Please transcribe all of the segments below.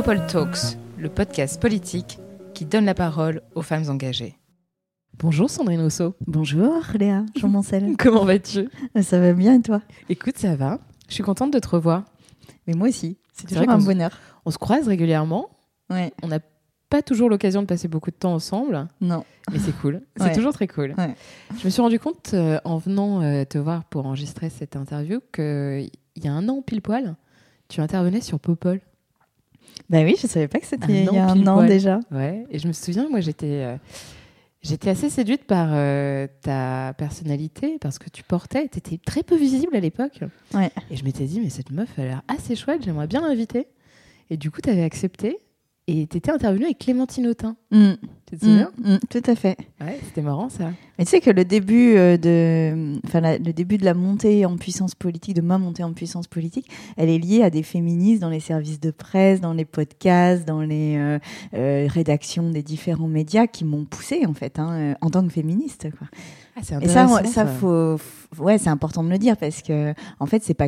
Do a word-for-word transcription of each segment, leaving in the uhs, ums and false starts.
Popol Talks, le podcast politique qui donne la parole aux femmes engagées. Bonjour Sandrine Rousseau. Bonjour Léa, Jean Mancel. Comment vas-tu ? Ça va bien et toi ? Écoute, ça va. Je suis contente de te revoir. Mais moi aussi, c'est, C'est toujours vrai un qu'on bonheur. On se croise régulièrement. Ouais. On n'a pas toujours l'occasion de passer beaucoup de temps ensemble. Non. Mais c'est cool. C'est Ouais. toujours très cool. Ouais. Je me suis rendu compte euh, en venant euh, te voir pour enregistrer cette interview qu'il y a un an pile poil, tu intervenais sur Popol. Bah oui, je savais pas que c'était Un il y an a un pile an poil. déjà. Ouais. Et je me souviens, moi, j'étais, euh, j'étais assez séduite par euh, ta personnalité parce que tu portais, tu étais très peu visible à l'époque. Ouais. Et je m'étais dit, mais cette meuf, elle a l'air assez chouette, j'aimerais bien l'inviter. Et du coup, tu avais accepté et tu étais intervenue avec Clémentine Autain. Mm. Tu te souviens ? Mm, mm, tout à fait. Ouais, c'était marrant ça. Mais tu sais que le début euh, de, enfin la- le début de la montée en puissance politique, de ma montée en puissance politique, elle est liée à des féministes dans les services de presse, dans les podcasts, dans les euh, euh, rédactions des différents médias qui m'ont poussée en fait, hein, euh, en tant que féministe, quoi. Ah, c'est Et ça, intéressant. ça, faut, f- ouais, c'est important de le dire parce que, en fait, c'est pas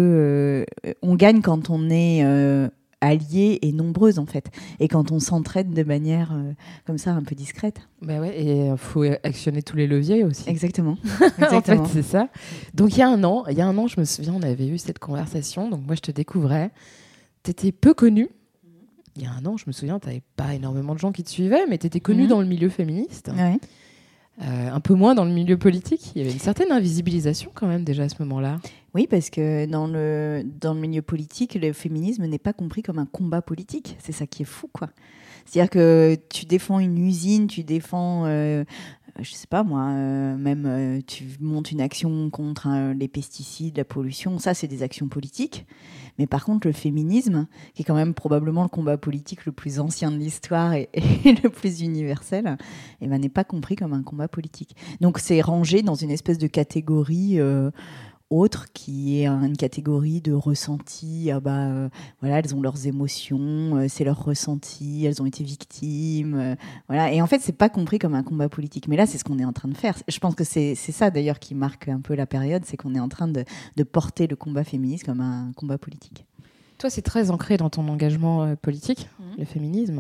que euh, on gagne quand on est euh, alliés et nombreuses en fait, et quand on s'entraide de manière euh, comme ça un peu discrète. Bah ouais, et il faut actionner tous les leviers aussi. Exactement. En Exactement. fait, c'est ça. Donc, il y a un an, il y a un an, je me souviens, on avait eu cette conversation. Donc, moi, je te découvrais. Tu étais peu connue. Il y a un an, je me souviens, tu n'avais pas énormément de gens qui te suivaient, mais tu étais connue Mhm. dans le milieu féministe. Ouais. Euh, un peu moins dans le milieu politique. Il y avait une certaine invisibilisation quand même déjà à ce moment-là. Oui, parce que dans le dans le milieu politique, le féminisme n'est pas compris comme un combat politique. C'est ça qui est fou, quoi. C'est-à-dire que tu défends une usine, tu défends, euh, je sais pas moi, euh, même euh, tu montes une action contre euh, les pesticides, la pollution. Ça, c'est des actions politiques. Mais par contre, le féminisme, qui est quand même probablement le combat politique le plus ancien de l'histoire et, et le plus universel, eh ben, n'est pas compris comme un combat politique. Donc, c'est rangé dans une espèce de catégorie euh, autre, qui est une catégorie de ressenti. Ah bah, euh, voilà, elles ont leurs émotions, euh, c'est leur ressenti, elles ont été victimes. Euh, voilà. Et en fait, c'est pas compris comme un combat politique. Mais là, c'est ce qu'on est en train de faire. Je pense que c'est, c'est ça d'ailleurs qui marque un peu la période, c'est qu'on est en train de, de porter le combat féministe comme un combat politique. Toi, c'est très ancré dans ton engagement euh, politique, Mhm. le féminisme.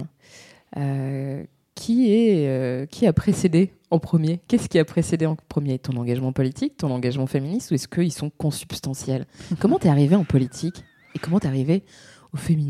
Euh, qui, est, euh, qui a précédé en premier ? Qu'est-ce qui a précédé en premier ? Ton engagement politique, ton engagement féministe, ou est-ce qu'ils sont consubstantiels ? Comment t'es arrivée en politique et comment t'es arrivée au féminisme ?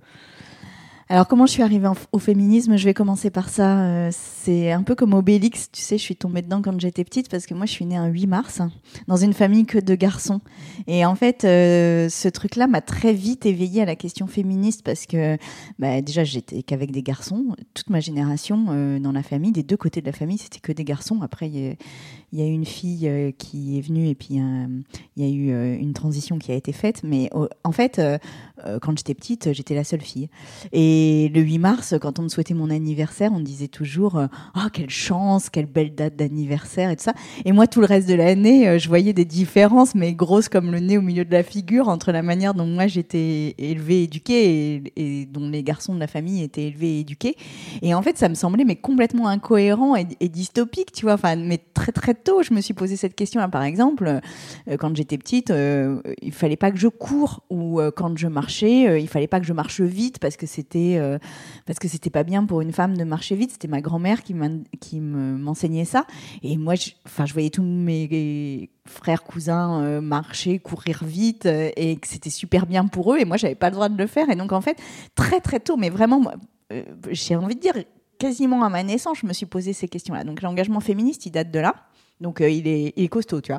Alors, comment je suis arrivée en- au féminisme ? Je vais commencer par ça. Euh, c'est un peu comme Obélix, tu sais, je suis tombée dedans quand j'étais petite parce que moi, je suis née un huit mars dans une famille que de garçons. Et en fait, euh, ce truc-là m'a très vite éveillée à la question féministe parce que bah, déjà, j'étais qu'avec des garçons. Toute ma génération euh, dans la famille, des deux côtés de la famille, c'était que des garçons. Après, il y, a- il y a une fille euh, qui est venue et puis euh, il y a eu euh, une transition qui a été faite. Mais euh, en fait, euh, euh, quand j'étais petite, j'étais la seule fille. Et le huit mars, quand on me souhaitait mon anniversaire, on me disait toujours euh, « Oh, quelle chance, quelle belle date d'anniversaire » et tout ça. Et moi, tout le reste de l'année, euh, je voyais des différences, mais grosses comme le nez au milieu de la figure, entre la manière dont moi j'étais élevée, éduquée, et, et dont les garçons de la famille étaient élevés et éduqués. Et en fait, ça me semblait mais complètement incohérent et, et dystopique, tu vois. Enfin, mais très très tôt, je me suis posé cette question-là. Par exemple, euh, quand j'étais petite, euh, il fallait pas que je cours, ou euh, quand je marchais, euh, il fallait pas que je marche vite parce que c'était euh, parce que c'était pas bien pour une femme de marcher vite. C'était ma grand-mère qui, m'a, qui me, m'enseignait ça. Et moi, je, enfin, je voyais tous mes frères, cousins euh, marcher, courir vite, euh, et que c'était super bien pour eux. Et moi, j'avais pas le droit de le faire. Et donc, en fait, très très tôt, mais vraiment, moi, euh, j'ai envie de dire quasiment à ma naissance, je me suis posé ces questions-là. Donc, l'engagement féministe, il date de là. Donc, euh, il est, il est costaud, tu vois.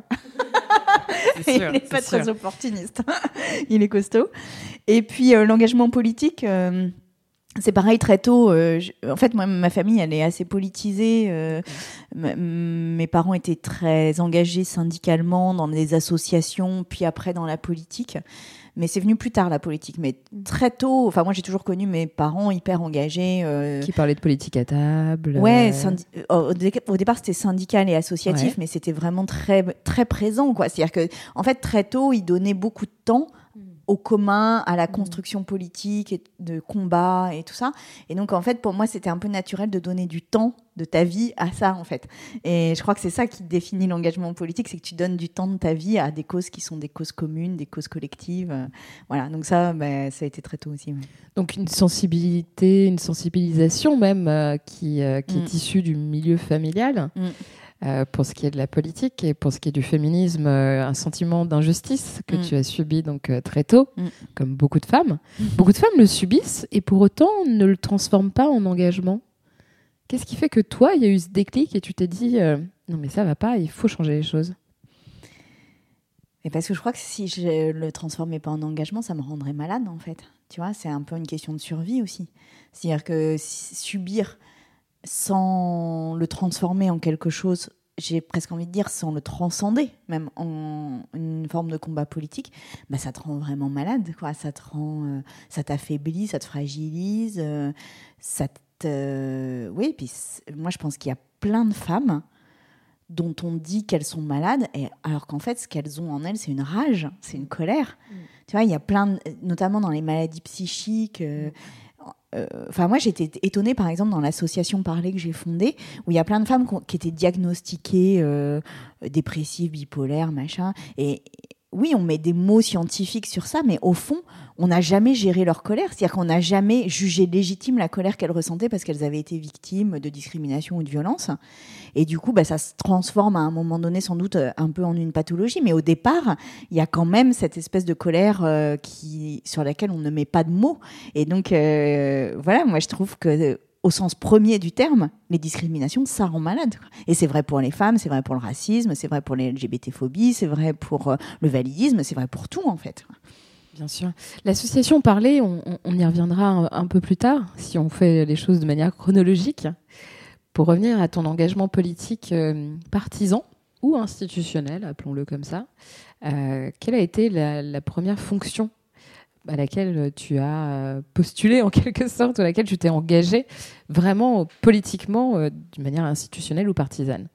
C'est sûr, il n'est c'est pas sûr. très opportuniste. Il est costaud. Et puis, euh, l'engagement politique, euh, c'est pareil, très tôt. Euh, je, en fait, moi, ma famille, elle est assez politisée. Euh, m- mes parents étaient très engagés syndicalement dans des associations, puis après dans la politique. Mais c'est venu plus tard, la politique. Mais très tôt, enfin, moi, j'ai toujours connu mes parents hyper engagés. Euh, Qui parlait de politique à table. Ouais, euh, syndi- au, dé- au départ c'était syndical et associatif, Ouais. mais c'était vraiment très très présent, quoi. C'est-à-dire que en fait très tôt ils donnaient beaucoup de temps au commun, à la construction politique, et de combat et tout ça. Et donc, en fait, pour moi, c'était un peu naturel de donner du temps de ta vie à ça, en fait. Et je crois que c'est ça qui définit l'engagement politique, c'est que tu donnes du temps de ta vie à des causes qui sont des causes communes, des causes collectives. Euh, voilà, donc ça, bah, ça a été très tôt aussi. Ouais. Donc une sensibilité, une sensibilisation même euh, qui, euh, qui mm. est issue du milieu familial. Mm. Euh, pour ce qui est de la politique et pour ce qui est du féminisme, euh, un sentiment d'injustice que mm. tu as subi donc euh, très tôt, mm. comme beaucoup de femmes. Mm. Beaucoup de femmes le subissent et pour autant ne le transforment pas en engagement. Qu'est-ce qui fait que toi, il y a eu ce déclic et tu t'es dit euh, non mais ça va pas, il faut changer les choses? Et parce que je crois que si je le transformais pas en engagement, ça me rendrait malade en fait. Tu vois, c'est un peu une question de survie aussi. C'est-à-dire que subir sans le transformer en quelque chose, j'ai presque envie de dire sans le transcender, même en une forme de combat politique, bah ça te rend vraiment malade, quoi. Ça te rend, euh, ça t'affaiblit, ça te fragilise, euh, ça te, euh, oui. Puis moi, je pense qu'il y a plein de femmes dont on dit qu'elles sont malades, et alors qu'en fait, ce qu'elles ont en elles, c'est une rage, c'est une colère. Mmh. Tu vois, il y a plein, de, notamment dans les maladies psychiques. Euh, Enfin, euh, moi, j'étais étonnée, par exemple, dans l'association Parler que j'ai fondée, où il y a plein de femmes qui étaient diagnostiquées euh, dépressives, bipolaires, machin. Et oui, on met des mots scientifiques sur ça, mais au fond, on n'a jamais géré leur colère. C'est-à-dire qu'on n'a jamais jugé légitime la colère qu'elles ressentaient parce qu'elles avaient été victimes de discrimination ou de violence. Et du coup, bah, ça se transforme à un moment donné sans doute un peu en une pathologie. Mais au départ, il y a quand même cette espèce de colère euh, qui, sur laquelle on ne met pas de mots. Et donc, euh, voilà, moi, je trouve que... au sens premier du terme, les discriminations, ça rend malade. Et c'est vrai pour les femmes, c'est vrai pour le racisme, c'est vrai pour les L G B T-phobies, c'est vrai pour euh, le validisme, c'est vrai pour tout, en fait. Bien sûr. L'association Parler, on, on y reviendra un, un peu plus tard, si on fait les choses de manière chronologique. Pour revenir à ton engagement politique euh, partisan ou institutionnel, appelons-le comme ça, euh, quelle a été la, la première fonction à laquelle tu as postulé en quelque sorte, ou à laquelle tu t'es engagé vraiment politiquement euh, d'une manière institutionnelle ou partisane?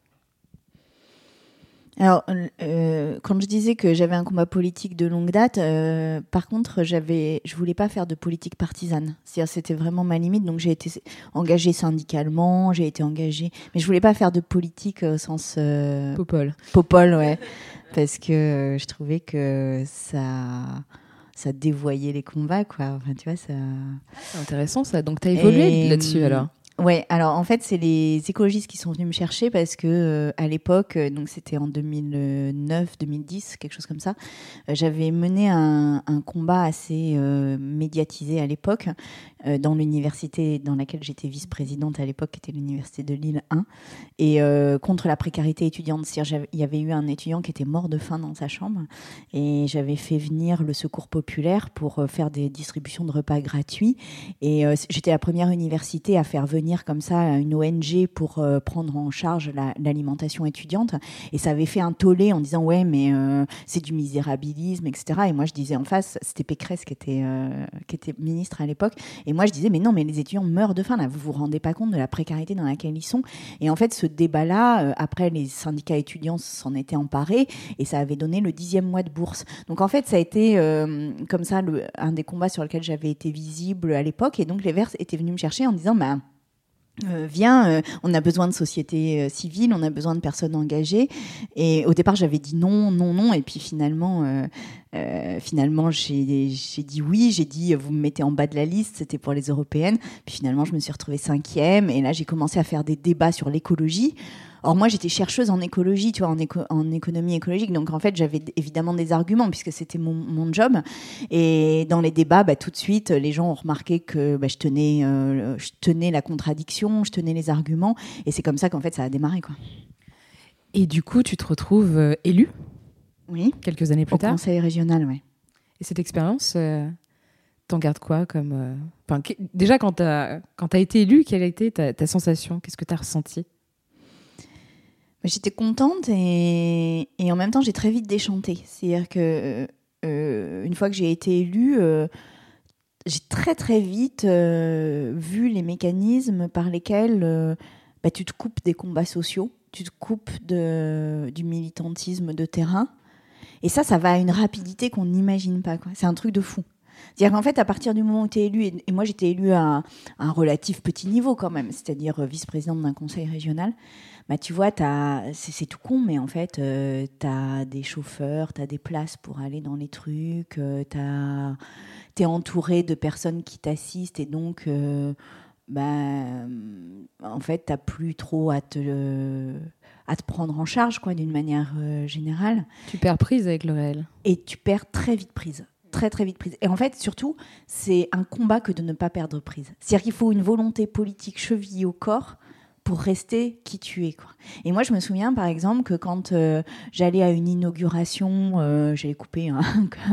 Alors, euh, quand je disais que j'avais un combat politique de longue date, euh, par contre, j'avais, je voulais pas faire de politique partisane. C'est-à-dire, c'était vraiment ma limite. Donc, j'ai été engagée syndicalement, j'ai été engagée, mais je voulais pas faire de politique au sens euh... popole. Popole, ouais, parce que euh, je trouvais que ça. ça dévoyait les combats, quoi. Enfin, tu vois, ça... C'est intéressant, ça. Donc, tu as évolué et... là-dessus, alors? Ouais, alors en fait, c'est les écologistes qui sont venus me chercher parce que euh, à l'époque, euh, donc c'était en deux mille neuf, deux mille dix, quelque chose comme ça, euh, j'avais mené un, un combat assez euh, médiatisé à l'époque euh, dans l'université dans laquelle j'étais vice-présidente à l'époque, qui était l'université de Lille un, et euh, contre la précarité étudiante. C'est-à-dire, il y avait eu un étudiant qui était mort de faim dans sa chambre et j'avais fait venir le Secours populaire pour euh, faire des distributions de repas gratuits. Et euh, j'étais la première université à faire venir comme ça une O N G pour euh, prendre en charge la, l'alimentation étudiante, et ça avait fait un tollé en disant ouais mais euh, c'est du misérabilisme, etc. Et moi je disais en face, c'était Pécresse qui était, euh, qui était ministre à l'époque, et moi je disais mais non, mais les étudiants meurent de faim là, vous vous rendez pas compte de la précarité dans laquelle ils sont. Et en fait ce débat là, euh, après les syndicats étudiants s'en étaient emparés et ça avait donné le dixième mois de bourse. Donc en fait ça a été euh, comme ça le, un des combats sur lesquels j'avais été visible à l'époque, et donc les Verts étaient venus me chercher en disant bah Euh, viens, euh, on a besoin de société euh, civile, on a besoin de personnes engagées. Et au départ, j'avais dit non, non, non. Et puis finalement, euh, euh, finalement, j'ai, j'ai dit oui. J'ai dit, vous me mettez en bas de la liste. C'était pour les européennes. Puis finalement, je me suis retrouvée cinquième. Et là, j'ai commencé à faire des débats sur l'écologie. Or, moi, j'étais chercheuse en écologie, tu vois, en, éco- en économie écologique. Donc, en fait, j'avais d- évidemment des arguments puisque c'était mon, mon job. Et dans les débats, bah, tout de suite, les gens ont remarqué que bah, je, tenais, euh, je tenais la contradiction, je tenais les arguments. Et c'est comme ça qu'en fait, ça a démarré, quoi. Et du coup, tu te retrouves euh, élue, oui, quelques années plus au tard. Au conseil régional, oui. Et cette expérience, euh, t'en gardes quoi comme, euh... enfin, qu- déjà, quand t'as, quand t'as été élue, quelle a été ta, ta sensation? Qu'est-ce que t'as ressenti? J'étais contente et, et en même temps, j'ai très vite déchanté. C'est-à-dire que euh, une fois que j'ai été élue, euh, j'ai très très vite euh, vu les mécanismes par lesquels euh, bah, tu te coupes des combats sociaux, tu te coupes de, du militantisme de terrain. Et ça, ça va à une rapidité qu'on n'imagine pas, quoi. C'est un truc de fou. C'est-à-dire qu'en fait, à partir du moment où tu es élu, et, et moi j'étais élue à un, à un relatif petit niveau quand même, c'est-à-dire euh, vice-présidente d'un conseil régional, bah, tu vois, t'as, c'est, c'est tout con, mais en fait, euh, tu as des chauffeurs, tu as des places pour aller dans les trucs, euh, tu es entouré de personnes qui t'assistent et donc, euh, bah, en fait, tu n'as plus trop à te, euh, à te prendre en charge, quoi, d'une manière euh, générale. Tu perds prise avec le réel. Et tu perds très vite prise. Très très vite prise. Et en fait, surtout, c'est un combat que de ne pas perdre prise. C'est-à-dire qu'il faut une volonté politique chevillée au corps pour rester qui tu es, quoi. Et moi, je me souviens, par exemple, que quand euh, j'allais à une inauguration, euh, j'allais couper un,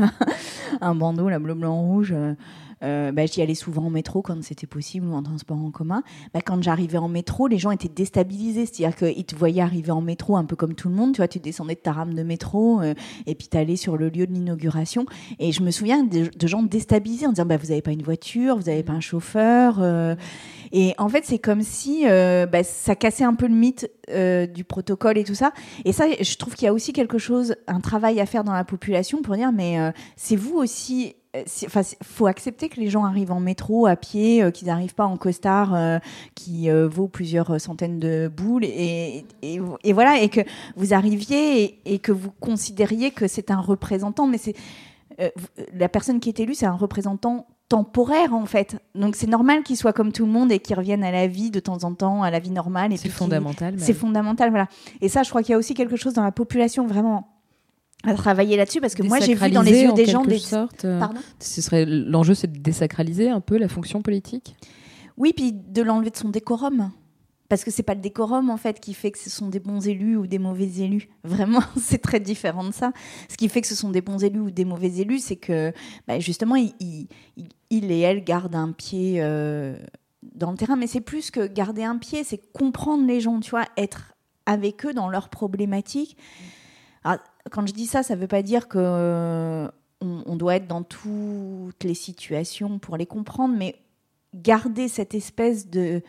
un bandeau, la bleu, blanc, rouge, euh, euh, bah, j'y allais souvent en métro quand c'était possible ou en transport en commun. Bah, quand j'arrivais en métro, les gens étaient déstabilisés. C'est-à-dire qu'ils te voyaient arriver en métro un peu comme tout le monde. Tu vois, tu descendais de ta rame de métro euh, et puis tu allais sur le lieu de l'inauguration. Et je me souviens de, de gens déstabilisés en disant bah, vous n'avez pas une voiture, vous n'avez pas un chauffeur. Euh, et en fait, c'est comme si euh, bah, ça cassait un peu le mythe euh, du protocole et tout ça. Et ça, je trouve qu'il y a aussi quelque chose, un travail à faire dans la population pour dire mais euh, c'est vous aussi. Enfin, faut accepter que les gens arrivent en métro, à pied, euh, qu'ils n'arrivent pas en costard euh, qui euh, vaut plusieurs centaines de boules, et, et, et voilà, et que vous arriviez et, et que vous considériez que c'est un représentant, mais c'est euh, la personne qui est élue, c'est un représentant temporaire en fait. Donc c'est normal qu'il soit comme tout le monde et qu'il revienne à la vie de temps en temps, à la vie normale. Et c'est fondamental. C'est fondamental, voilà. Et ça, je crois qu'il y a aussi quelque chose dans la population vraiment à travailler là-dessus, parce que moi j'ai vu dans les yeux des gens des sorte, euh, Pardon ce serait l'enjeu, c'est de désacraliser un peu la fonction politique. Oui, puis de l'enlever de son décorum, parce que c'est pas le décorum en fait qui fait que ce sont des bons élus ou des mauvais élus. Vraiment, c'est très différent de ça. Ce qui fait que ce sont des bons élus ou des mauvais élus, c'est que bah, justement il, il, il et elle gardent un pied euh, dans le terrain, mais c'est plus que garder un pied, c'est comprendre les gens, tu vois, être avec eux dans leurs problématiques. Alors, quand je dis ça, ça ne veut pas dire qu'on euh, on doit être dans toutes les situations pour les comprendre, mais garder cette espèce de,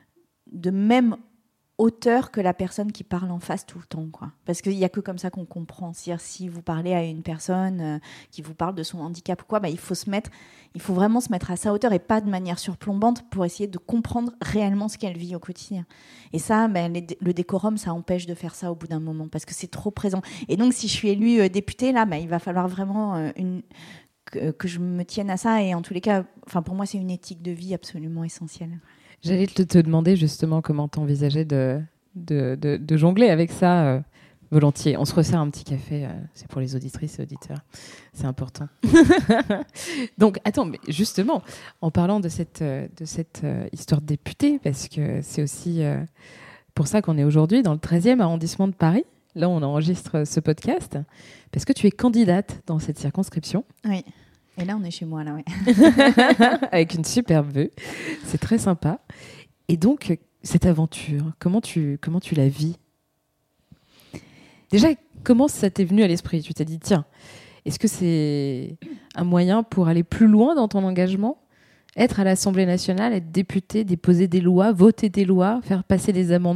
de même hauteur que la personne qui parle en face tout le temps, quoi. Parce qu'il n'y a que comme ça qu'on comprend. C'est-à-dire, si vous parlez à une personne euh, qui vous parle de son handicap ou quoi, bah, il faut se mettre, il faut vraiment se mettre à sa hauteur et pas de manière surplombante pour essayer de comprendre réellement ce qu'elle vit au quotidien. Et ça, bah, les, le décorum, ça empêche de faire ça au bout d'un moment parce que c'est trop présent. Et donc, si je suis élue euh, députée, là, bah, il va falloir vraiment euh, une, que, que je me tienne à ça. Et en tous les cas, enfin, pour moi, c'est une éthique de vie absolument essentielle. J'allais te, te demander justement comment t'envisageais de, de, de, de jongler avec ça euh, volontiers. On se resserre un petit café, euh, c'est pour les auditrices et auditeurs, c'est important. Donc, attends, mais justement, en parlant de cette, de cette euh, histoire de députée, parce que c'est aussi euh, pour ça qu'on est aujourd'hui dans le treizième arrondissement de Paris, là on enregistre ce podcast, parce que tu es candidate dans cette circonscription. Oui. Et là, on est chez moi, là, ouais. Avec une superbe vue. C'est très sympa. Et donc, cette aventure, comment tu, comment tu la vis ? Déjà, comment ça t'est venu à l'esprit ? Tu t'es dit, tiens, est-ce que c'est un moyen pour aller plus loin dans ton engagement ? Être à l'Assemblée nationale, être député, déposer des lois, voter des lois, faire passer des amendements ?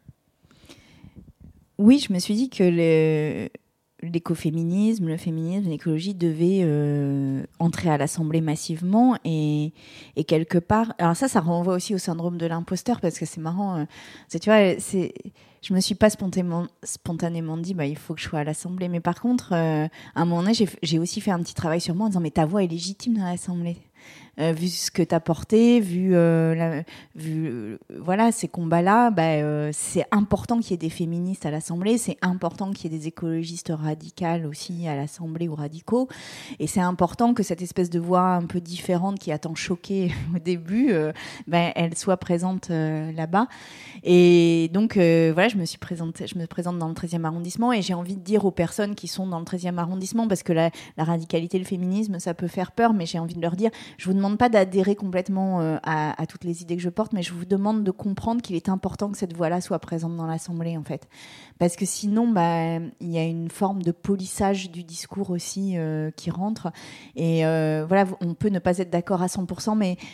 Oui, je me suis dit que le... l'écoféminisme, le féminisme, l'écologie devaient euh, entrer à l'Assemblée massivement et, et quelque part... Alors ça, ça renvoie aussi au syndrome de l'imposteur parce que c'est marrant. Euh, c'est, tu vois, c'est, je me suis pas spontanément, spontanément dit bah, il faut que je sois à l'Assemblée. Mais par contre, euh, à un moment donné, j'ai, j'ai aussi fait un petit travail sur moi en disant mais ta voix est légitime dans l'Assemblée. Euh, vu ce que tu as porté, vu, euh, la, vu euh, voilà, ces combats-là, bah, euh, c'est important qu'il y ait des féministes à l'Assemblée, c'est important qu'il y ait des écologistes radicales aussi à l'Assemblée ou radicaux, et c'est important que cette espèce de voix un peu différente qui a tant choqué au début, euh, bah, elle soit présente euh, là-bas. Et donc, euh, voilà, je me suis présentée, je me présente dans le treizième arrondissement et j'ai envie de dire aux personnes qui sont dans le treizième arrondissement, parce que la, la radicalité, le féminisme, ça peut faire peur, mais j'ai envie de leur dire, je vous demande pas d'adhérer complètement euh, à, à toutes les idées que je porte, mais je vous demande de comprendre qu'il est important que cette voix-là soit présente dans l'Assemblée, en fait. Parce que sinon, bah, il y a une forme de polissage du discours aussi euh, qui rentre. Et euh, voilà, on peut ne pas être d'accord à cent pour cent, mais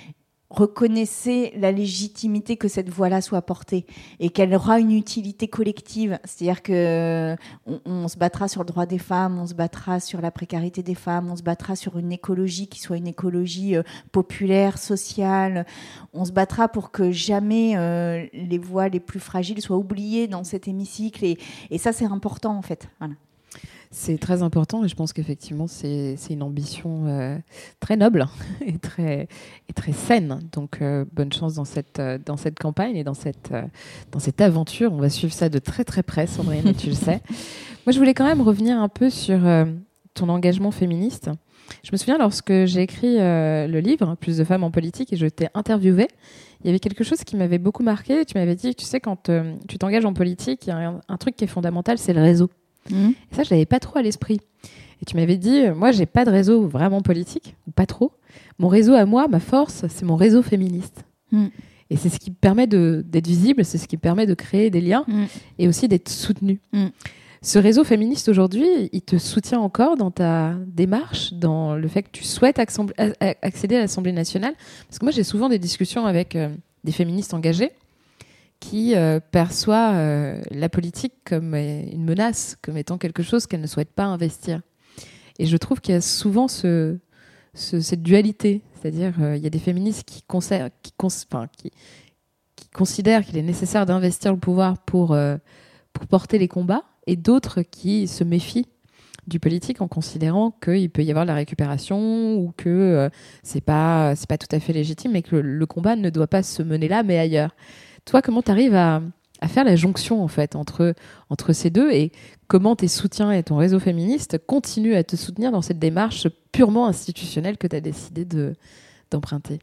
reconnaissez la légitimité que cette voix-là soit portée et qu'elle aura une utilité collective. C'est-à-dire que on, on se battra sur le droit des femmes, on se battra sur la précarité des femmes, on se battra sur une écologie qui soit une écologie euh, populaire, sociale. On se battra pour que jamais euh, les voix les plus fragiles soient oubliées dans cet hémicycle. Et, et ça, c'est important, en fait. Voilà. C'est très important et je pense qu'effectivement, c'est, c'est une ambition euh, très noble et très, et très saine. Donc, euh, bonne chance dans cette, euh, dans cette campagne et dans cette, euh, dans cette aventure. On va suivre ça de très très près, Sandrine, et tu le sais. Moi, je voulais quand même revenir un peu sur euh, ton engagement féministe. Je me souviens, lorsque j'ai écrit euh, le livre « Plus de femmes en politique » et je t'ai interviewée, il y avait quelque chose qui m'avait beaucoup marqué. Tu m'avais dit, tu sais, quand euh, tu t'engages en politique, il y a un, un truc qui est fondamental, c'est le réseau. Mmh. Et ça, je l'avais pas trop à l'esprit. Et tu m'avais dit, euh, moi, j'ai pas de réseau vraiment politique, ou pas trop. Mon réseau à moi, ma force, c'est mon réseau féministe. Mmh. Et c'est ce qui permet de, d'être visible, c'est ce qui permet de créer des liens mmh. et aussi d'être soutenu. Mmh. Ce réseau féministe, aujourd'hui, il te soutient encore dans ta démarche, dans le fait que tu souhaites accembl- accéder à l'Assemblée nationale. Parce que moi, j'ai souvent des discussions avec euh, des féministes engagées qui euh, perçoit euh, la politique comme euh, une menace, comme étant quelque chose qu'elle ne souhaite pas investir. Et je trouve qu'il y a souvent ce, ce, cette dualité, c'est-à-dire euh, il y a des féministes qui, conser- qui, cons- enfin, qui, qui considèrent qu'il est nécessaire d'investir le pouvoir pour, euh, pour porter les combats, et d'autres qui se méfient du politique en considérant qu'il peut y avoir de la récupération ou que euh, c'est pas, c'est pas tout à fait légitime et que le, le combat ne doit pas se mener là, mais ailleurs. Toi, comment tu arrives à, à faire la jonction en fait, entre, entre ces deux et comment tes soutiens et ton réseau féministe continuent à te soutenir dans cette démarche purement institutionnelle que tu as décidé de, d'emprunter?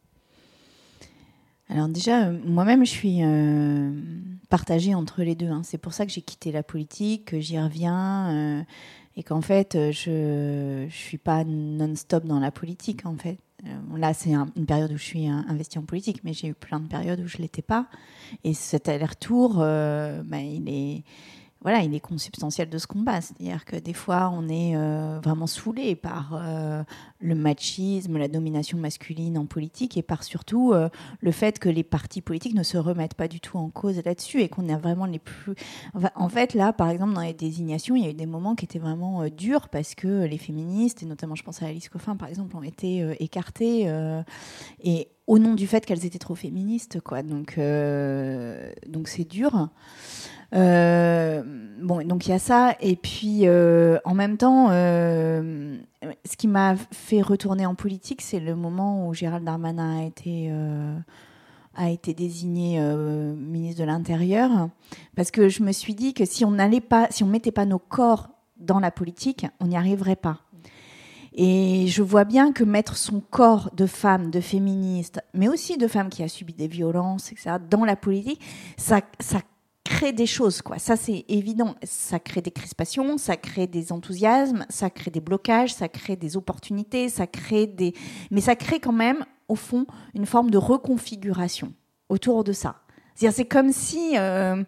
Alors déjà, euh, moi-même, je suis euh, partagée entre les deux. Hein. C'est pour ça que j'ai quitté la politique, que j'y reviens euh, et qu'en fait, je ne suis pas non-stop dans la politique en fait. Là, c'est un, une période où je suis investie en politique, mais j'ai eu plein de périodes où je ne l'étais pas. Et cet aller-retour, euh, bah, il est... Voilà, il est consubstantiel de ce combat. C'est-à-dire que des fois, on est euh, vraiment saoulé par euh, le machisme, la domination masculine en politique et par surtout euh, le fait que les partis politiques ne se remettent pas du tout en cause là-dessus et qu'on a vraiment les plus... Enfin, en fait, là, par exemple, dans les désignations, il y a eu des moments qui étaient vraiment euh, durs parce que les féministes, et notamment je pense à Alice Coffin, par exemple, ont été euh, écartées euh, et au nom du fait qu'elles étaient trop féministes, quoi. Donc, euh, donc c'est dur. Euh, bon, donc il y a ça, et puis euh, en même temps, euh, ce qui m'a fait retourner en politique, c'est le moment où Gérald Darmanin a été euh, a été désigné euh, ministre de l'Intérieur, parce que je me suis dit que si on n'allait pas, si on mettait pas nos corps dans la politique, on n'y arriverait pas. Et je vois bien que mettre son corps de femme, de féministe, mais aussi de femme qui a subi des violences, et cetera, dans la politique, ça, ça crée des choses, quoi. Ça, c'est évident. Ça crée des crispations, ça crée des enthousiasmes, ça crée des blocages, ça crée des opportunités, ça crée des... Mais ça crée quand même, au fond, une forme de reconfiguration autour de ça. C'est-à-dire, c'est comme si euh,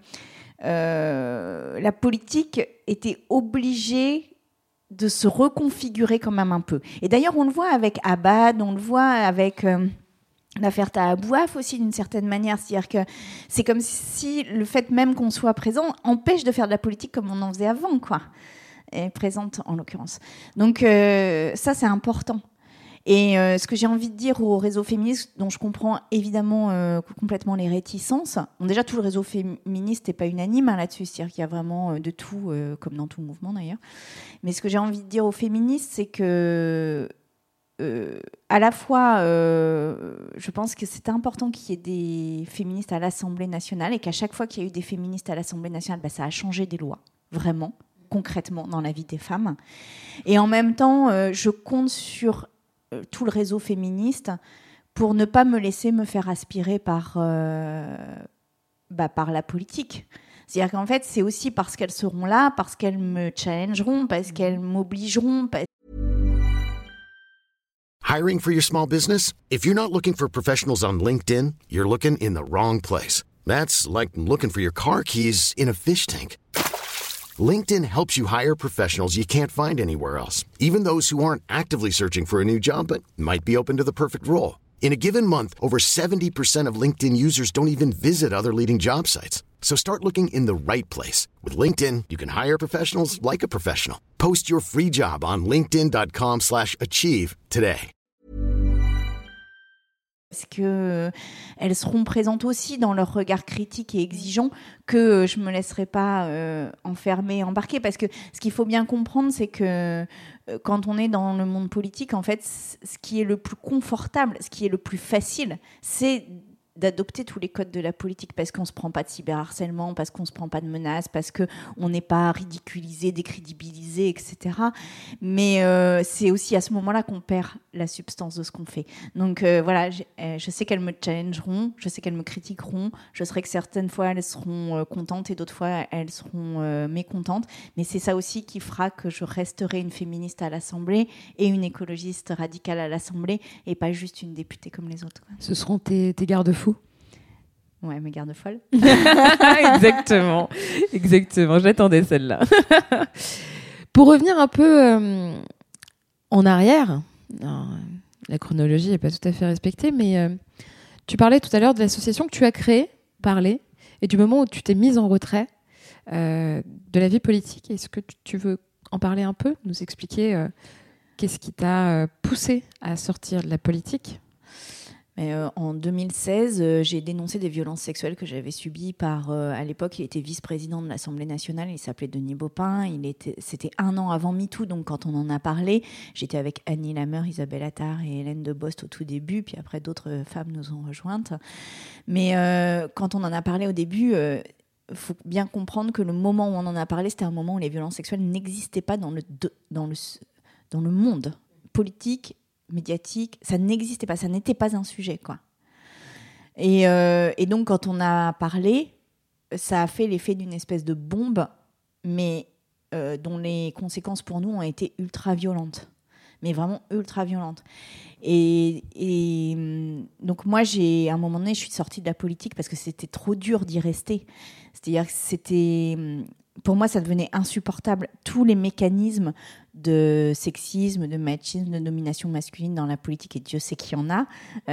euh, la politique était obligée de se reconfigurer quand même un peu. Et d'ailleurs, on le voit avec Abad, on le voit avec... Euh, l'affaire Taha Bouaf aussi, d'une certaine manière. C'est-à-dire que c'est comme si le fait même qu'on soit présent empêche de faire de la politique comme on en faisait avant, quoi. Et présente, en l'occurrence. Donc, euh, ça, c'est important. Et euh, ce que j'ai envie de dire au réseau féministe, dont je comprends évidemment euh, complètement les réticences, bon, déjà, tout le réseau féministe n'est pas unanime hein, là-dessus. C'est-à-dire qu'il y a vraiment euh, de tout, euh, comme dans tout mouvement, d'ailleurs. Mais ce que j'ai envie de dire aux féministes, c'est que Euh, à la fois, euh, je pense que c'est important qu'il y ait des féministes à l'Assemblée nationale et qu'à chaque fois qu'il y a eu des féministes à l'Assemblée nationale, bah, ça a changé des lois, vraiment, concrètement, dans la vie des femmes. Et en même temps, euh, je compte sur euh, tout le réseau féministe pour ne pas me laisser me faire aspirer par, euh, bah, par la politique. C'est-à-dire qu'en fait, c'est aussi parce qu'elles seront là, parce qu'elles me challengeront, parce qu'elles m'obligeront, parce Hiring for your small business? If you're not looking for professionals on LinkedIn, you're looking in the wrong place. That's like looking for your car keys in a fish tank. LinkedIn helps you hire professionals you can't find anywhere else, even those who aren't actively searching for a new job but might be open to the perfect role. In a given month, over seventy percent of LinkedIn users don't even visit other leading job sites. So start looking in the right place. With LinkedIn, you can hire professionals like a professional. Post your free job on linkedin.com slash achieve today. Parce que elles seront présentes aussi dans leur regard critique et exigeant, que je me laisserai pas euh, enfermer, embarquer. Parce que ce qu'il faut bien comprendre, c'est que euh, quand on est dans le monde politique, en fait, ce qui est le plus confortable, ce qui est le plus facile, c'est d'adopter tous les codes de la politique, parce qu'on ne se prend pas de cyberharcèlement, parce qu'on ne se prend pas de menaces, parce qu'on n'est pas ridiculisé, décrédibilisé, et cetera. Mais euh, c'est aussi à ce moment-là qu'on perd la substance de ce qu'on fait. Donc euh, voilà, je, euh, je sais qu'elles me challengeront, je sais qu'elles me critiqueront, je sais que certaines fois elles seront euh, contentes et d'autres fois elles seront euh, mécontentes, mais c'est ça aussi qui fera que je resterai une féministe à l'Assemblée et une écologiste radicale à l'Assemblée, et pas juste une députée comme les autres, quoi. Ce seront tes, tes garde-fous. Ouais, mes gardes folles. Exactement, exactement. J'attendais celle-là. Pour revenir un peu euh, en arrière, alors, la chronologie n'est pas tout à fait respectée, mais euh, tu parlais tout à l'heure de l'association que tu as créée, Parler, et du moment où tu t'es mise en retrait euh, de la vie politique. Est-ce que tu, tu veux en parler un peu, nous expliquer euh, qu'est-ce qui t'a euh, poussé à sortir de la politique ? Mais euh, en deux mille seize, euh, j'ai dénoncé des violences sexuelles que j'avais subies par, euh, à l'époque, il était vice-président de l'Assemblée nationale, il s'appelait Denis Baupin, il était, c'était un an avant MeToo, donc quand on en a parlé, j'étais avec Annie Lameur, Isabelle Attard et Hélène de Bost au tout début, puis après d'autres femmes nous ont rejointes. Mais euh, quand on en a parlé au début, euh, faut bien comprendre que le moment où on en a parlé, c'était un moment où les violences sexuelles n'existaient pas dans le, dans le, dans le monde politique, médiatique, ça n'existait pas, ça n'était pas un sujet, quoi. Et, euh, et donc, quand on a parlé, ça a fait l'effet d'une espèce de bombe, mais euh, dont les conséquences pour nous ont été ultra violentes. Mais vraiment ultra violentes. Et, et donc, moi, j'ai, à un moment donné, je suis sortie de la politique parce que c'était trop dur d'y rester. C'est-à-dire que c'était... Pour moi, ça devenait insupportable. Tous les mécanismes de sexisme, de machisme, de domination masculine dans la politique, et Dieu sait qu'il y en a,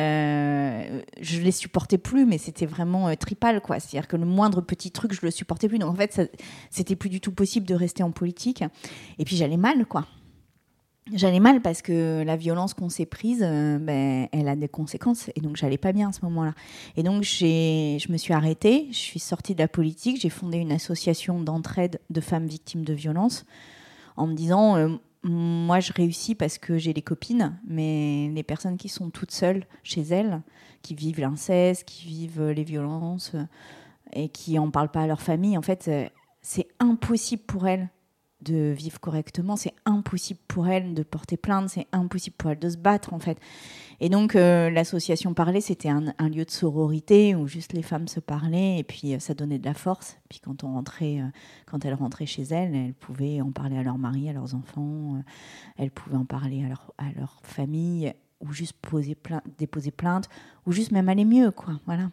euh, je les supportais plus, mais c'était vraiment euh, tripal, quoi. C'est-à-dire que le moindre petit truc, je le supportais plus. Donc, en fait, ça, c'était plus du tout possible de rester en politique. Et puis, j'allais mal, quoi. J'allais mal parce que la violence qu'on s'est prise, euh, ben, elle a des conséquences. Et donc, j'allais pas bien à ce moment-là. Et donc, j'ai, je me suis arrêtée, je suis sortie de la politique, j'ai fondé une association d'entraide de femmes victimes de violences en me disant, euh, moi, je réussis parce que j'ai les copines, mais les personnes qui sont toutes seules chez elles, qui vivent l'inceste, qui vivent les violences euh, et qui en parlent pas à leur famille, en fait, euh, c'est impossible pour elles de vivre correctement, c'est impossible pour elle de porter plainte, c'est impossible pour elle de se battre, en fait. Et donc, euh, l'association Parler, c'était un, un lieu de sororité où juste les femmes se parlaient et puis euh, ça donnait de la force. Puis quand on rentrait, euh, quand elles rentraient chez elles, elles pouvaient en parler à leur mari, à leurs enfants, euh, elles pouvaient en parler à leur, à leur famille, ou juste poser plainte, déposer plainte, ou juste même aller mieux, quoi. Voilà.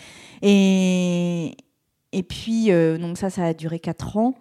Et, et puis, euh, donc ça, ça a duré quatre ans.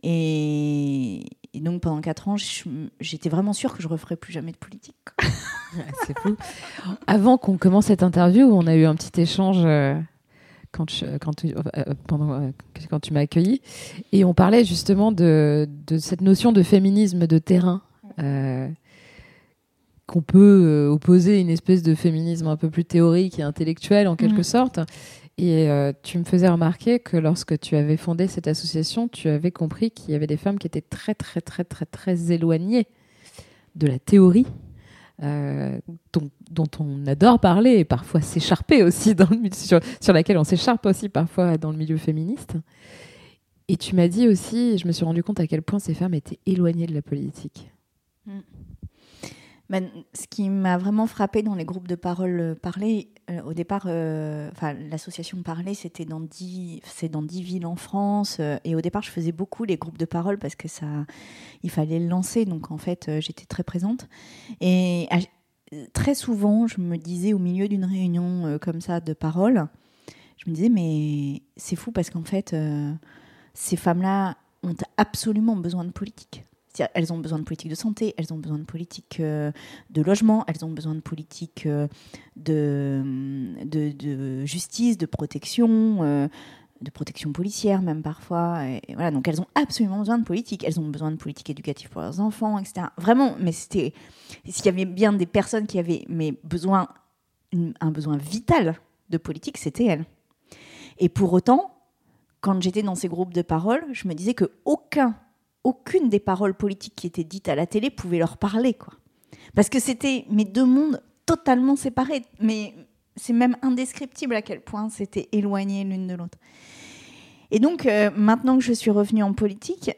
Et, et donc pendant quatre ans, je, j'étais vraiment sûre que je ne referais plus jamais de politique. C'est fou. Avant qu'on commence cette interview, on a eu un petit échange euh, quand, je, quand, tu, euh, pendant, euh, quand tu m'as accueillie, et on parlait justement de, de cette notion de féminisme de terrain, euh, qu'on peut euh, opposer à une espèce de féminisme un peu plus théorique et intellectuel en quelque mmh. sorte. Et euh, tu me faisais remarquer que lorsque tu avais fondé cette association, tu avais compris qu'il y avait des femmes qui étaient très, très, très, très, très éloignées de la théorie, euh, dont, dont on adore parler et parfois s'écharper aussi, dans le, sur, sur laquelle on s'écharpe aussi parfois dans le milieu féministe. Et tu m'as dit aussi, je me suis rendu compte à quel point ces femmes étaient éloignées de la politique. Mmh. Ben, ce qui m'a vraiment frappée dans les groupes de parole Parler, euh, au départ, euh, l'association Parler, c'était dans dix, c'est dans dix villes en France. Euh, et au départ, je faisais beaucoup les groupes de parole parce que ça, il fallait le lancer. Donc, en fait, euh, j'étais très présente. Et à, très souvent, je me disais au milieu d'une réunion euh, comme ça de parole, je me disais, mais c'est fou parce qu'en fait, euh, ces femmes-là ont absolument besoin de politique. C'est-à-dire, elles ont besoin de politique de santé, elles ont besoin de politique euh, de logement, elles ont besoin de politique euh, de, de, de justice, de protection, euh, de protection policière même parfois. Et, et voilà, donc elles ont absolument besoin de politique. Elles ont besoin de politique éducative pour leurs enfants, et cetera. Vraiment, mais c'était... S'il y avait bien des personnes qui avaient mais besoin, un besoin vital de politique, c'était elles. Et pour autant, quand j'étais dans ces groupes de parole, je me disais que aucun aucune des paroles politiques qui étaient dites à la télé pouvait leur parler, quoi. Parce que c'était mes deux mondes totalement séparés. Mais c'est même indescriptible à quel point c'était éloigné l'une de l'autre. Et donc, euh, maintenant que je suis revenue en politique,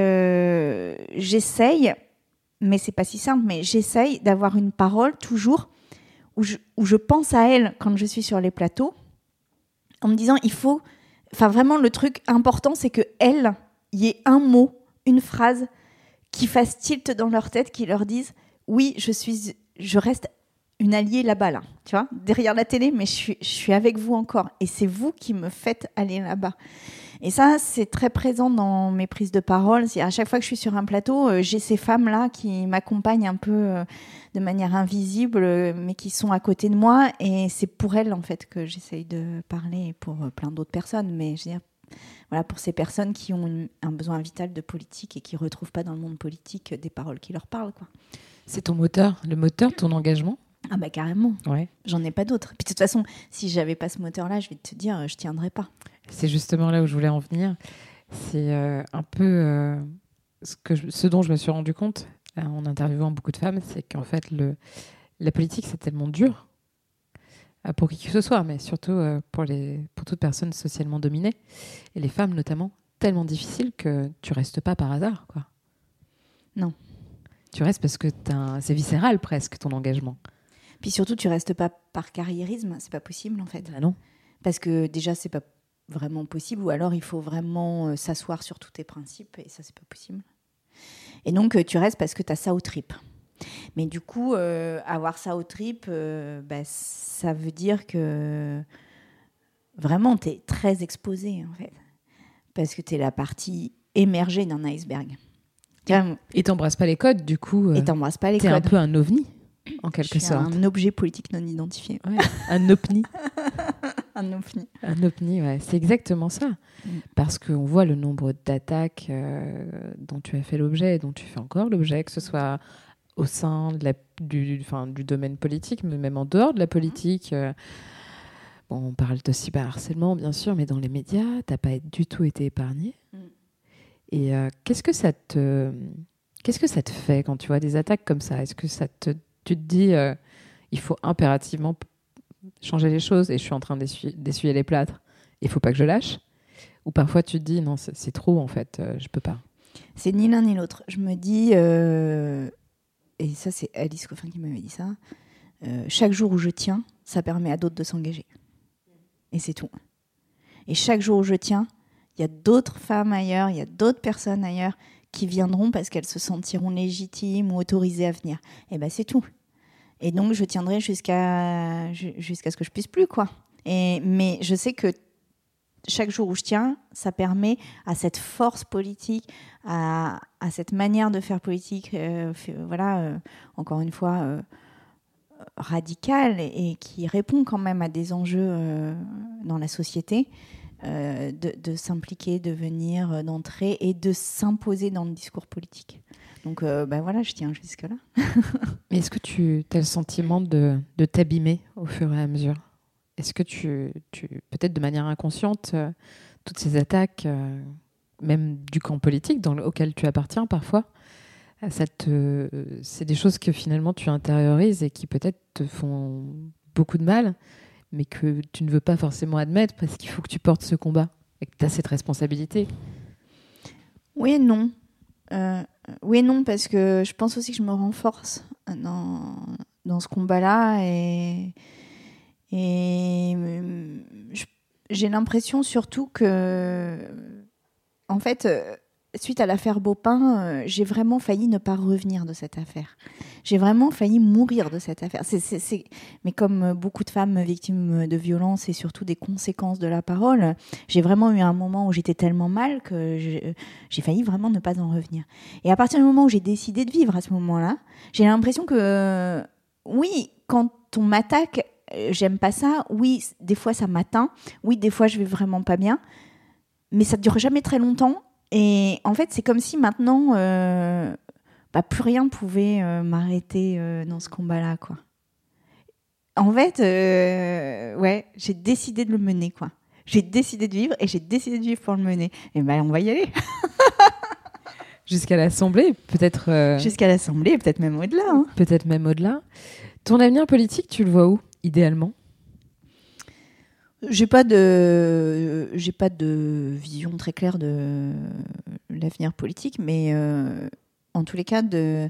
euh, j'essaye, mais c'est pas si simple, mais j'essaye d'avoir une parole toujours où je, où je pense à elle quand je suis sur les plateaux, en me disant, il faut... Enfin, vraiment, le truc important, c'est qu'elle, il y ait un mot, une phrase qui fasse tilt dans leur tête, qui leur dise oui, je suis, je reste une alliée là-bas, là, tu vois, derrière la télé, mais je suis, je suis avec vous encore, et c'est vous qui me faites aller là-bas. Et ça, c'est très présent dans mes prises de parole. C'est à chaque fois que je suis sur un plateau, euh, j'ai ces femmes-là qui m'accompagnent un peu euh, de manière invisible, euh, mais qui sont à côté de moi, et c'est pour elles en fait que j'essaye de parler, et pour euh, plein d'autres personnes, mais je veux dire. Voilà, pour ces personnes qui ont une, un besoin vital de politique et qui ne retrouvent pas dans le monde politique des paroles qui leur parlent, quoi. C'est ton moteur, le moteur de ton engagement ? Ah bah carrément, ouais. J'en ai pas d'autre. Puis de toute façon, si je n'avais pas ce moteur-là, je vais te dire, je ne tiendrais pas. C'est justement là où je voulais en venir. C'est euh, un peu euh, ce, que je, ce dont je me suis rendu compte euh, en interviewant beaucoup de femmes, c'est qu'en fait, le, la politique, c'est tellement dur. Pour qui que ce soit, mais surtout euh, pour, les, pour toute personne socialement dominée, et les femmes notamment, tellement difficile que tu restes pas par hasard, quoi. Non. Tu restes parce que t'as, c'est viscéral presque ton engagement. Puis surtout, tu restes pas par carriérisme, c'est pas possible en fait. Ah non. Parce que déjà, c'est pas vraiment possible, ou alors il faut vraiment euh, s'asseoir sur tous tes principes, et ça, c'est pas possible. Et donc, euh, tu restes parce que tu as ça aux tripes. Mais du coup, euh, avoir ça aux tripes, euh, bah, ça veut dire que vraiment, tu es très exposé, en fait. Parce que tu es la partie émergée d'un iceberg. Et t'embrasses pas les codes, du coup. Euh, et t'embrasses pas les t'es codes. T'es un peu un ovni, en quelque Je suis sorte. un objet politique non identifié. Ouais, un opni. un ovni. Un ovni, ouais. C'est exactement ça. Mm. Parce qu'on voit le nombre d'attaques euh, dont tu as fait l'objet, dont tu fais encore l'objet, que ce soit au sein de la, du, enfin, du domaine politique, mais même en dehors de la politique. Euh, bon, on parle de cyberharcèlement, bien sûr, mais dans les médias, tu n'as pas du tout été épargné. Mm. Et euh, qu'est-ce que ça te, qu'est-ce que ça te fait quand tu vois des attaques comme ça ? Est-ce que ça te, tu te dis, euh, il faut impérativement changer les choses et je suis en train d'essuyer, d'essuyer les plâtres, il ne faut pas que je lâche ? Ou parfois tu te dis, non, c'est, c'est trop, en fait, euh, je ne peux pas. C'est ni l'un ni l'autre. Je me dis... Euh... Et ça, c'est Alice Coffin qui m'avait dit ça. Euh, chaque jour où je tiens, ça permet à d'autres de s'engager. Et c'est tout. Et chaque jour où je tiens, il y a d'autres femmes ailleurs, il y a d'autres personnes ailleurs qui viendront parce qu'elles se sentiront légitimes ou autorisées à venir. Et ben c'est tout. Et donc, je tiendrai jusqu'à, jusqu'à ce que je puisse plus, quoi. Et, mais je sais que chaque jour où je tiens, ça permet à cette force politique, à, à cette manière de faire politique, euh, fait, voilà, euh, encore une fois, euh, radicale et, et qui répond quand même à des enjeux euh, dans la société, euh, de, de s'impliquer, de venir, d'entrer et de s'imposer dans le discours politique. Donc, euh, ben voilà, je tiens jusque-là. Mais est-ce que tu as le sentiment de, de t'abîmer au fur et à mesure ? Est-ce que tu, tu peut-être de manière inconsciente, euh, toutes ces attaques, euh, même du camp politique dans le, auquel tu appartiens parfois, ça te, euh, c'est des choses que finalement tu intériorises et qui peut-être te font beaucoup de mal, mais que tu ne veux pas forcément admettre parce qu'il faut que tu portes ce combat et que tu as cette responsabilité. Oui et non. Euh, oui et non, parce que je pense aussi que je me renforce dans, dans ce combat-là et... Et j'ai l'impression surtout que, en fait, suite à l'affaire Baupin, euh, j'ai vraiment failli ne pas revenir de cette affaire. J'ai vraiment failli mourir de cette affaire. C'est, c'est, c'est... Mais comme beaucoup de femmes victimes de violences et surtout des conséquences de la parole, j'ai vraiment eu un moment où j'étais tellement mal que j'ai, j'ai failli vraiment ne pas en revenir. Et à partir du moment où j'ai décidé de vivre à ce moment-là, j'ai l'impression que, euh, oui, quand on m'attaque, euh, j'aime pas ça. Oui, des fois ça m'atteint. Oui, des fois je vais vraiment pas bien. Mais ça ne dure jamais très longtemps. Et en fait, c'est comme si maintenant, euh, bah, plus rien pouvait euh, m'arrêter euh, dans ce combat-là, quoi. En fait, euh, ouais, j'ai décidé de le mener, quoi. J'ai décidé de vivre et j'ai décidé de vivre pour le mener. Et ben, on va y aller. Jusqu'à l'Assemblée, peut-être. Euh... Jusqu'à l'Assemblée, peut-être même au-delà. Hein. Peut-être même au-delà. Ton avenir politique, tu le vois où, idéalement ? J'ai pas de, j'ai pas de vision très claire de l'avenir politique, mais euh, en tous les cas, de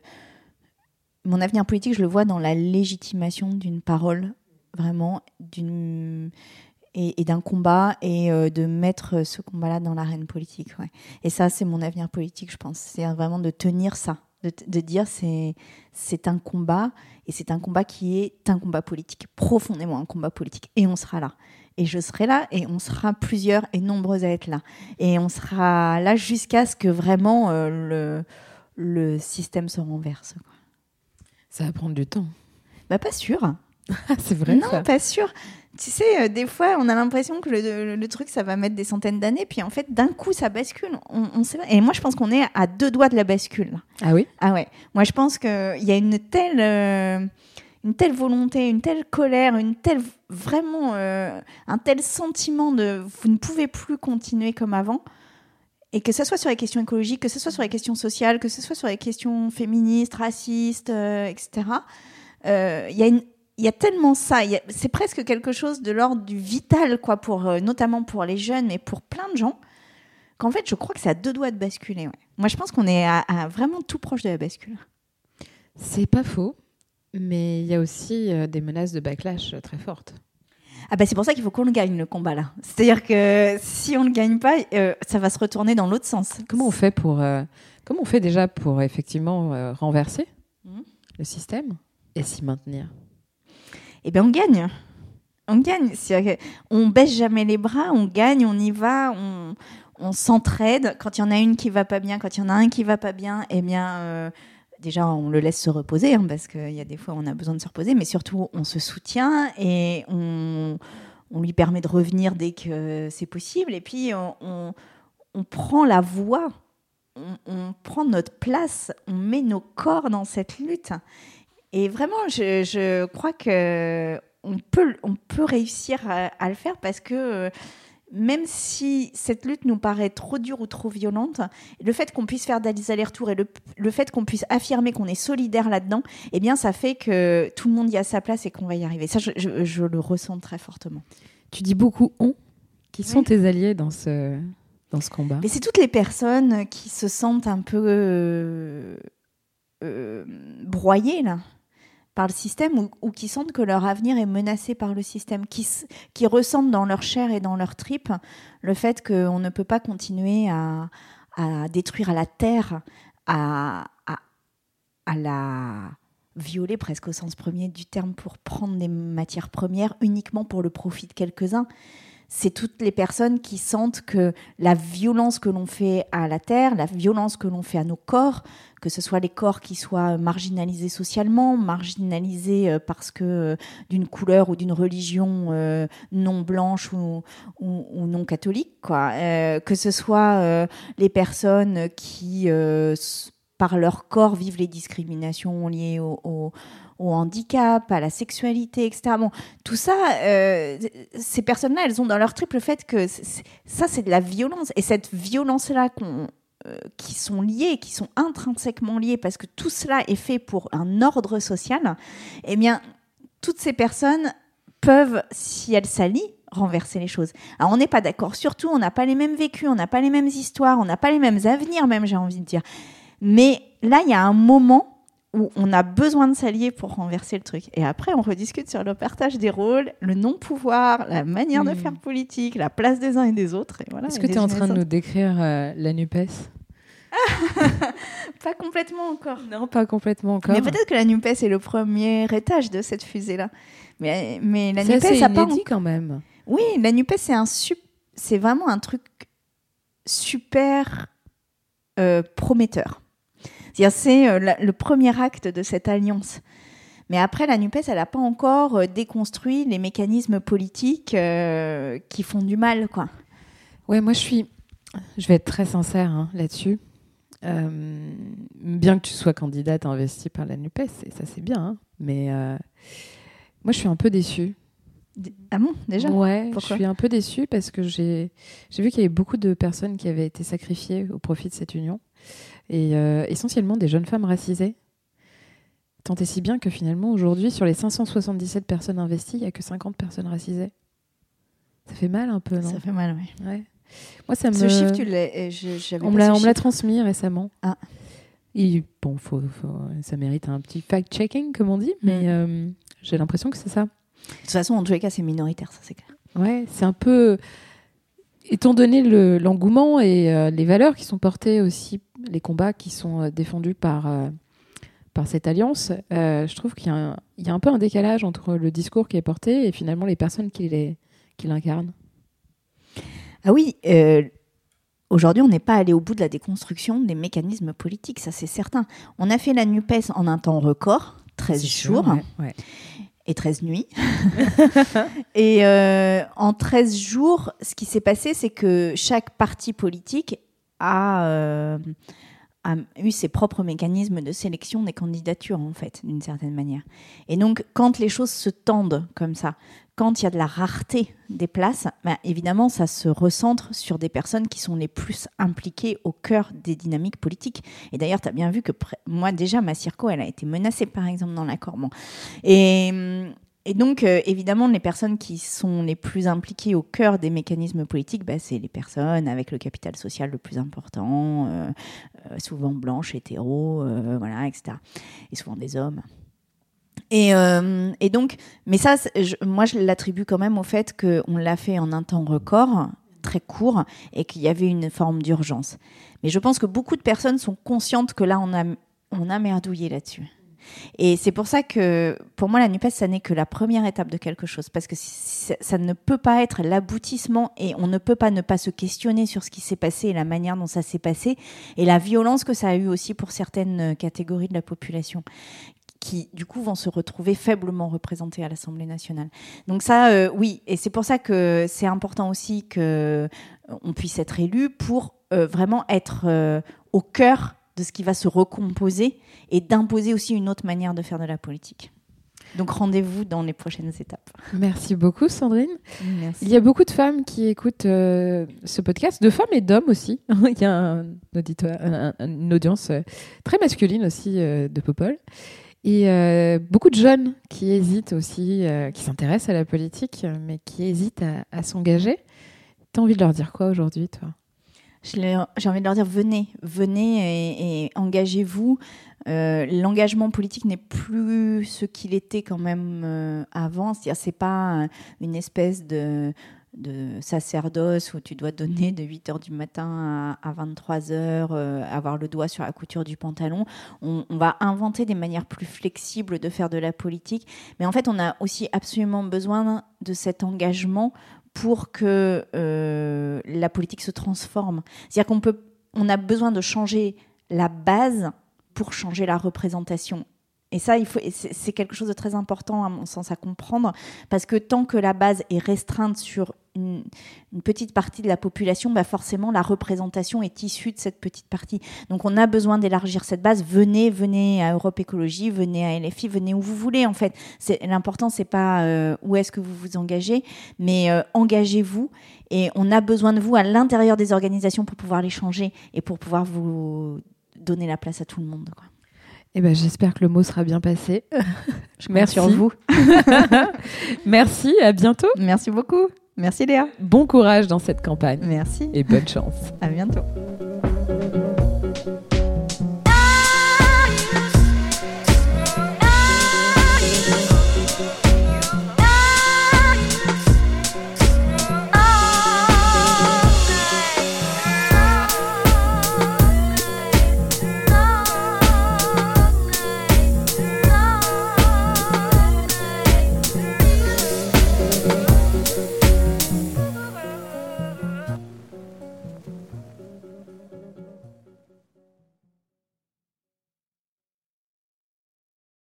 mon avenir politique, je le vois dans la légitimation d'une parole, vraiment, d'une et, et d'un combat, et euh, de mettre ce combat-là dans l'arène politique. Ouais. Et ça, c'est mon avenir politique, je pense. C'est vraiment de tenir ça, de, de dire c'est c'est un combat, et c'est un combat qui est un combat politique, profondément un combat politique, et on sera là. Et je serai là, et on sera plusieurs et nombreux à être là. Et on sera là jusqu'à ce que vraiment euh, le, le système se renverse. Quoi. Ça va prendre du temps. Bah, pas sûr. C'est vrai, non, ça. pas sûr. Tu sais, euh, des fois, on a l'impression que le, le, le truc, ça va mettre des centaines d'années, puis en fait, d'un coup, ça bascule. On, on sait pas. Et moi, je pense qu'on est à deux doigts de la bascule. Là. Ah oui ? Ah ouais. Moi, je pense qu'il y a une telle... Euh, une telle volonté, une telle colère, une telle vraiment euh, un tel sentiment de vous ne pouvez plus continuer comme avant, et que ce soit sur les questions écologiques, que ce soit sur les questions sociales, que ce soit sur les questions féministes, racistes, euh, et cetera. Il euh, y a une il y a tellement ça, y a, c'est presque quelque chose de l'ordre du vital, quoi, pour euh, notamment pour les jeunes, mais pour plein de gens, qu'en fait, je crois que c'est à deux doigts de basculer. Ouais. Moi, je pense qu'on est à, à vraiment tout proche de la bascule. C'est pas faux. Mais il y a aussi euh, des menaces de backlash euh, très fortes. Ah bah c'est pour ça qu'il faut qu'on le gagne, le combat là. C'est-à-dire que si on ne le gagne pas, euh, ça va se retourner dans l'autre sens. Comment on fait pour, euh, comment on fait déjà pour effectivement euh, renverser mmh. le système et s'y maintenir ? Eh bien on gagne. On gagne. C'est-à-dire qu'on baisse jamais les bras, on gagne, on y va, on, on s'entraide. Quand il y en a une qui va pas bien, quand il y en a un qui va pas bien, eh bien... Euh, déjà, on le laisse se reposer, hein, parce qu'il y a des fois où on a besoin de se reposer, mais surtout, on se soutient et on, on lui permet de revenir dès que c'est possible. Et puis, on, on, on prend la voie, on, on prend notre place, on met nos corps dans cette lutte. Et vraiment, je, je crois qu'on peut, on peut réussir à, à le faire parce que... Même si cette lutte nous paraît trop dure ou trop violente, le fait qu'on puisse faire des allers-retours et le, le fait qu'on puisse affirmer qu'on est solidaire là-dedans, eh bien, ça fait que tout le monde y a sa place et qu'on va y arriver. Ça, je, je, je le ressens très fortement. Tu dis beaucoup « on ». Qui sont oui. tes alliés dans ce, dans ce combat ? Mais c'est toutes les personnes qui se sentent un peu euh, euh, broyées, là, par le système, ou, ou qui sentent que leur avenir est menacé par le système, qui, qui ressentent dans leur chair et dans leur tripes le fait qu'on ne peut pas continuer à, à détruire la terre, à, à, à la violer presque au sens premier du terme, pour prendre des matières premières uniquement pour le profit de quelques-uns. C'est toutes les personnes qui sentent que la violence que l'on fait à la terre, la violence que l'on fait à nos corps, que ce soit les corps qui soient marginalisés socialement, marginalisés parce que d'une couleur ou d'une religion euh, non blanche ou, ou, ou non catholique, quoi. Euh, que ce soit euh, les personnes qui, euh, par leur corps, vivent les discriminations liées au, au au handicap, à la sexualité, et cetera. Bon, tout ça, euh, ces personnes-là, elles ont dans leur triple fait que c'est, ça, c'est de la violence. Et cette violence-là qu'on, euh, qui sont liées, qui sont intrinsèquement liées, parce que tout cela est fait pour un ordre social, eh bien, toutes ces personnes peuvent, si elles s'allient, renverser les choses. Alors, on n'est pas d'accord. Surtout, on n'a pas les mêmes vécus, on n'a pas les mêmes histoires, on n'a pas les mêmes avenirs, même, j'ai envie de dire. Mais là, il y a un moment où on a besoin de s'allier pour renverser le truc. Et après, on rediscute sur le partage des rôles, le non-pouvoir, la manière mmh. de faire politique, la place des uns et des autres. Et voilà, Est-ce que tu es en train de nous décrire euh, la NUPES ? Pas complètement encore. Non, pas complètement encore. Mais peut-être que la NUPES est le premier étage de cette fusée-là. Mais, mais la c'est NUPES assez a pas... inédit quand même. Oui, la NUPES, c'est, un sup... c'est vraiment un truc super euh, prometteur. C'est-à-dire, c'est euh, la, le premier acte de cette alliance. Mais après, la NUPES, elle n'a pas encore euh, déconstruit les mécanismes politiques euh, qui font du mal, quoi. Ouais, moi, je suis... Je vais être très sincère hein, là-dessus. Euh, bien que tu sois candidate investie par la NUPES, et ça, c'est bien. Hein, mais euh, moi, je suis un peu déçue. Ah bon, déjà ? Ouais, Pourquoi ? je suis un peu déçue parce que j'ai, j'ai vu qu'il y avait beaucoup de personnes qui avaient été sacrifiées au profit de cette union. Et euh, essentiellement des jeunes femmes racisées. Tant et si bien que finalement, aujourd'hui, sur les cinq cent soixante-dix-sept personnes investies, il n'y a que cinquante personnes racisées. Ça fait mal un peu, non ? Ça fait mal, oui. Ouais. Moi, ça me... Ce chiffre, tu l'as... Je, j'avais on me pas l'a, ce on me l'a chiffre. transmis récemment. Ah. Et bon, faut, faut, ça mérite un petit fact-checking, comme on dit, mais Mm. euh, j'ai l'impression que c'est ça. De toute façon, en tous les cas, c'est minoritaire, ça, c'est clair. Ouais, c'est un peu... Étant donné le, l'engouement et euh, les valeurs qui sont portées aussi, les combats qui sont euh, défendus par, euh, par cette alliance, euh, je trouve qu'il y a, un, il y a un peu un décalage entre le discours qui est porté et finalement les personnes qui, les, qui l'incarnent. Ah oui, euh, aujourd'hui, on n'est pas allé au bout de la déconstruction des mécanismes politiques, ça c'est certain. On a fait la NUPES en un temps record, treize C'est jours. sûr, ouais, ouais. Et treize nuits. Et euh, en treize jours, ce qui s'est passé, c'est que chaque parti politique a, euh, a eu ses propres mécanismes de sélection des candidatures, en fait, d'une certaine manière. Et donc, quand les choses se tendent comme ça, quand il y a de la rareté des places, ben, évidemment, ça se recentre sur des personnes qui sont les plus impliquées au cœur des dynamiques politiques. Et d'ailleurs, tu as bien vu que pr- moi, déjà, ma circo, elle a été menacée, par exemple, dans l'accord. Bon. Et, et donc, euh, évidemment, les personnes qui sont les plus impliquées au cœur des mécanismes politiques, ben, c'est les personnes avec le capital social le plus important, euh, euh, souvent blanches, hétéros, euh, voilà, et cetera. Et souvent des hommes. Et, euh, et donc, mais ça, je, moi, je l'attribue quand même au fait qu'on l'a fait en un temps record, très court, et qu'il y avait une forme d'urgence. Mais je pense que beaucoup de personnes sont conscientes que là, on a, on a merdouillé là-dessus. Et c'est pour ça que, pour moi, la NUPES, ça n'est que la première étape de quelque chose, parce que ça, ça ne peut pas être l'aboutissement, et on ne peut pas ne pas se questionner sur ce qui s'est passé et la manière dont ça s'est passé, et la violence que ça a eu aussi pour certaines catégories de la population, qui, du coup, vont se retrouver faiblement représentés à l'Assemblée nationale. Donc ça, euh, oui, et c'est pour ça que c'est important aussi qu'on puisse être élu pour euh, vraiment être euh, au cœur de ce qui va se recomposer et d'imposer aussi une autre manière de faire de la politique. Donc rendez-vous dans les prochaines étapes. Merci beaucoup, Sandrine. Merci. Il y a beaucoup de femmes qui écoutent euh, ce podcast, de femmes et d'hommes aussi. Il y a un auditoire, un, un, une audience euh, très masculine aussi euh, de Popol. Et euh, beaucoup de jeunes qui hésitent aussi, euh, qui s'intéressent à la politique, mais qui hésitent à, à s'engager. T'as envie de leur dire quoi aujourd'hui, toi ? Je leur, j'ai envie de leur dire, venez, venez et, et engagez-vous. Euh, l'engagement politique n'est plus ce qu'il était quand même euh, avant. C'est-à-dire, c'est pas une espèce de... de sacerdoce où tu dois donner de huit heures du matin à, à vingt-trois heures, euh, avoir le doigt sur la couture du pantalon. On, on va inventer des manières plus flexibles de faire de la politique. Mais en fait, on a aussi absolument besoin de cet engagement pour que euh, la politique se transforme. C'est-à-dire qu'on peut, on a besoin de changer la base pour changer la représentation. Et ça, il faut, c'est quelque chose de très important, à mon sens, à comprendre, parce que tant que la base est restreinte sur une, une petite partie de la population, bah forcément, la représentation est issue de cette petite partie. Donc, on a besoin d'élargir cette base. Venez, venez à Europe Écologie, venez à L F I, venez où vous voulez, en fait. C'est, l'important, c'est pas euh, où est-ce que vous vous engagez, mais euh, engagez-vous. Et on a besoin de vous à l'intérieur des organisations pour pouvoir les changer et pour pouvoir vous donner la place à tout le monde, quoi. Eh ben, j'espère que le mot sera bien passé. Je compte sur vous. Merci, à bientôt. Merci beaucoup. Merci Léa. Bon courage dans cette campagne. Merci. Et bonne chance. À bientôt.